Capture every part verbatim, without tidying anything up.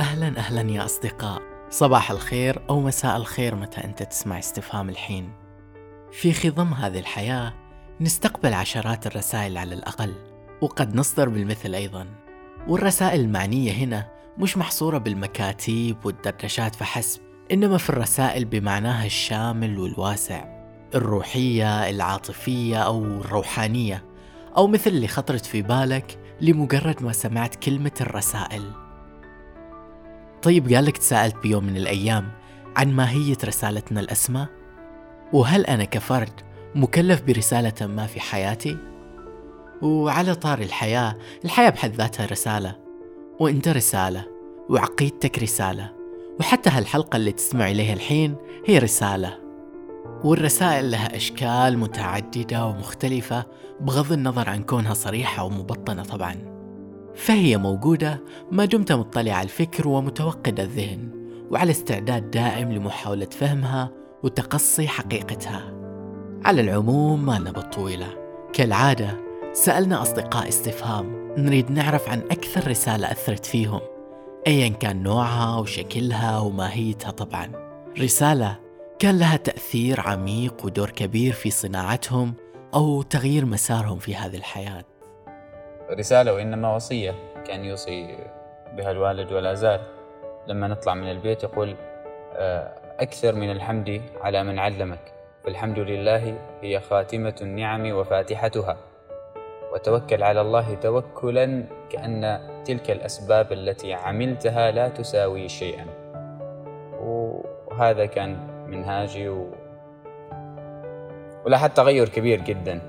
أهلا أهلا يا أصدقاء، صباح الخير أو مساء الخير متى أنت تسمع استفهام الحين. في خضم هذه الحياة نستقبل عشرات الرسائل على الأقل، وقد نصدر بالمثل أيضا. والرسائل المعنية هنا مش محصورة بالمكاتيب والدردشات فحسب، إنما في الرسائل بمعناها الشامل والواسع، الروحية، العاطفية أو الروحانية، أو مثل اللي خطرت في بالك لمجرد ما سمعت كلمة الرسائل. طيب قالك تساءلت بيوم من الأيام عن ماهية رسالتنا الأسمى؟ وهل أنا كفرد مكلف برسالة ما في حياتي؟ وعلى طار الحياة، الحياة بحد ذاتها رسالة، وإنت رسالة، وعقيدتك رسالة، وحتى هالحلقة اللي تستمع إليها الحين هي رسالة. والرسائل لها أشكال متعددة ومختلفة بغض النظر عن كونها صريحة ومبطنة طبعا، فهي موجودة ما دمت مطلع على الفكر ومتوقد الذهن، وعلى استعداد دائم لمحاولة فهمها وتقصي حقيقتها. على العموم ما نبى طويلة، كالعادة سألنا أصدقاء استفهام نريد نعرف عن أكثر رسالة أثرت فيهم، أيا كان نوعها وشكلها وماهيتها. طبعا رسالة كان لها تأثير عميق ودور كبير في صناعتهم أو تغيير مسارهم في هذه الحياة. رسالة وإنما وصية كان يوصي بها الوالد ولا زال. لما نطلع من البيت يقول أكثر من الحمد على من علمك، فالحمد لله هي خاتمة النعم وفاتحتها، وتوكل على الله توكلا كأن تلك الأسباب التي عملتها لا تساوي شيئا. وهذا كان منهاجي و... ولا حتى تغير كبير جدا.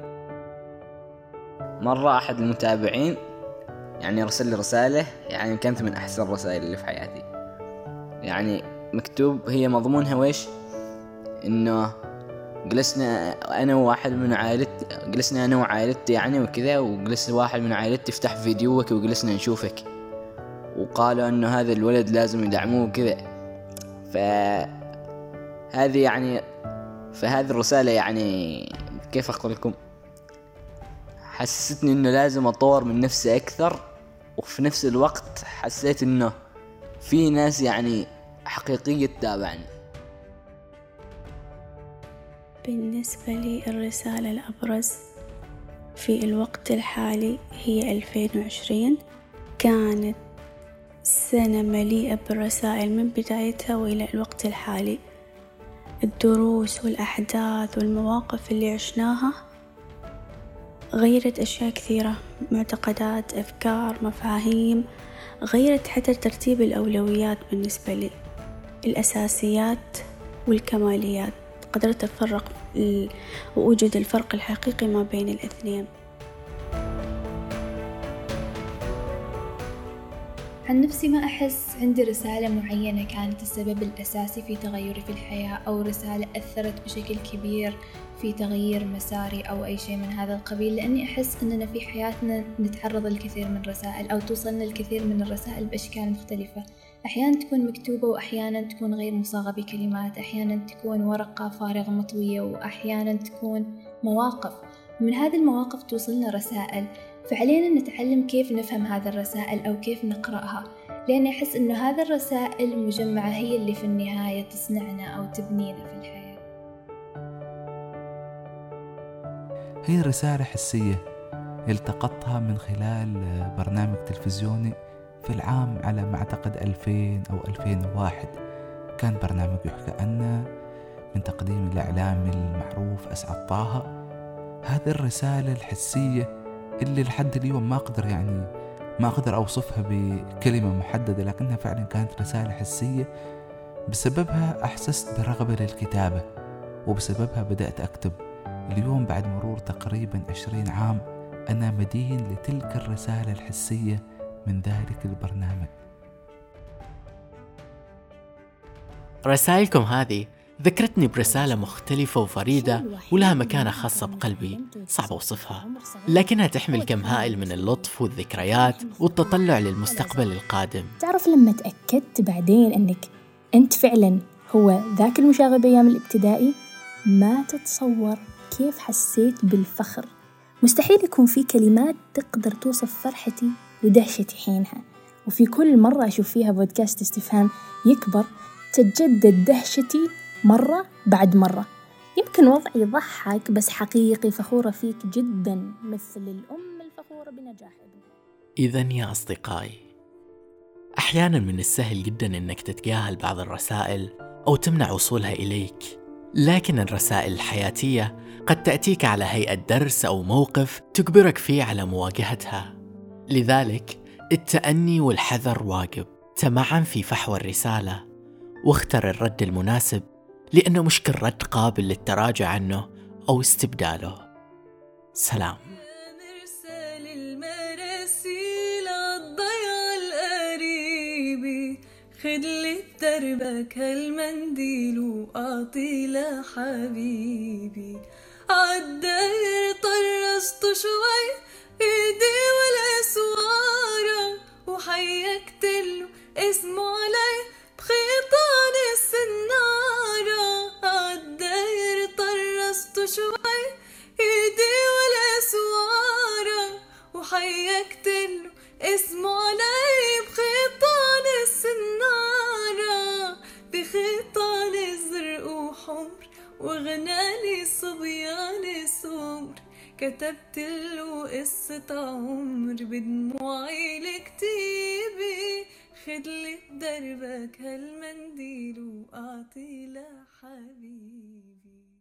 مرة أحد المتابعين يعني رسل لي رسالة يعني كانت من أحسن الرسائل اللي في حياتي. يعني مكتوب، هي مضمونها ويش؟ إنه جلسنا أنا وواحد من عائلتي، جلسنا أنا وعائلتي يعني وكذا، وجلس واحد من عائلتي يفتح فيديوك وجلسنا نشوفك، وقالوا إنه هذا الولد لازم يدعموه كذا. فهذه يعني فهذه الرسالة يعني كيف أقول لكم، حسستني إنه لازم أطور من نفسي أكثر، وفي نفس الوقت حسيت إنه في ناس يعني حقيقية تتابعني. بالنسبة لي الرسالة الأبرز في الوقت الحالي هي ألفين وعشرين، كانت سنة مليئة بالرسائل من بدايتها وإلى الوقت الحالي. الدروس والأحداث والمواقف اللي عشناها غيرت أشياء كثيرة، معتقدات، أفكار، مفاهيم، غيرت حتى ترتيب الأولويات بالنسبة لي، الأساسيات والكماليات. قدرت أفرق وأوجد الفرق الحقيقي ما بين الاثنين. عن نفسي ما أحس عندي رسالة معينة كانت السبب الأساسي في تغيري في الحياة، أو رسالة أثرت بشكل كبير في تغيير مساري أو أي شيء من هذا القبيل، لأني أحس أننا في حياتنا نتعرض للكثير من الرسائل أو توصلنا الكثير من الرسائل بأشكال مختلفة. أحيانا تكون مكتوبة، وأحيانا تكون غير مصاغة بكلمات، أحيانا تكون ورقة فارغة مطوية، وأحيانا تكون مواقف، ومن هذه المواقف توصلنا رسائل. فعلينا نتعلم كيف نفهم هذه الرسائل أو كيف نقرأها، لأن أحس أنه هذه الرسائل المجمعة هي اللي في النهاية تصنعنا أو تبنينا في الحياة. هي رسالة حسية التقطتها من خلال برنامج تلفزيوني في العام على ما أعتقد ألفين أو ألفين وواحد. كان برنامج يحكى عنه من تقديم الإعلامي المعروف أسعد طه. هذه الرسالة الحسية اللي لحد اليوم ما أقدر يعني ما أقدر أوصفها بكلمة محددة، لكنها فعلا كانت رسالة حسية. بسببها أحسست برغبة للكتابة، وبسببها بدأت أكتب. اليوم بعد مرور تقريبا عشرين عام أنا مدين لتلك الرسالة الحسية من ذلك البرنامج. رسائلكم هذه ذكرتني برسالة مختلفة وفريدة ولها مكانة خاصة بقلبي، صعب أوصفها، لكنها تحمل كم هائل من اللطف والذكريات والتطلع للمستقبل القادم. تعرف لما تأكدت بعدين أنك أنت فعلا هو ذاك المشاغب أيام الابتدائي، ما تتصور كيف حسيت بالفخر. مستحيل يكون في كلمات تقدر توصف فرحتي ودهشتي حينها. وفي كل مرة أشوف فيها بودكاست استفهام يكبر تتجدد دهشتي مرة بعد مرة. يمكن وضعي يضحك بس حقيقي فخورة فيك جدا مثل الأم الفخورة بنجاح ابنها. إذن يا أصدقائي، أحيانا من السهل جدا أنك تتجاهل بعض الرسائل أو تمنع وصولها إليك، لكن الرسائل الحياتية قد تأتيك على هيئة درس أو موقف تجبرك فيه على مواجهتها. لذلك التأني والحذر واجب. تمعن في فحوى الرسالة واختر الرد المناسب، لأنه مش كل رد قابل للتراجع عنه أو استبداله. سلام. مرسال المراسيل عالضيعة القريبة، خدلي بدربك هالمنديل وأعطي لحبيبي. عالداير طرسته شوي ايدي والاسوارة، وحيكتله اسمه علي بخيطان السنارة. عالداير طرسته شوي ايدي والاسوارة، وحيكتله اسمه علي بخيطان السنارة. بخيطان زرق وحمر وغنالي صبيان سمر، كتبت له قصة عمر بدموعي الكتيبة. خدلي بدربك هالمنديل وأعطي لحبيبي.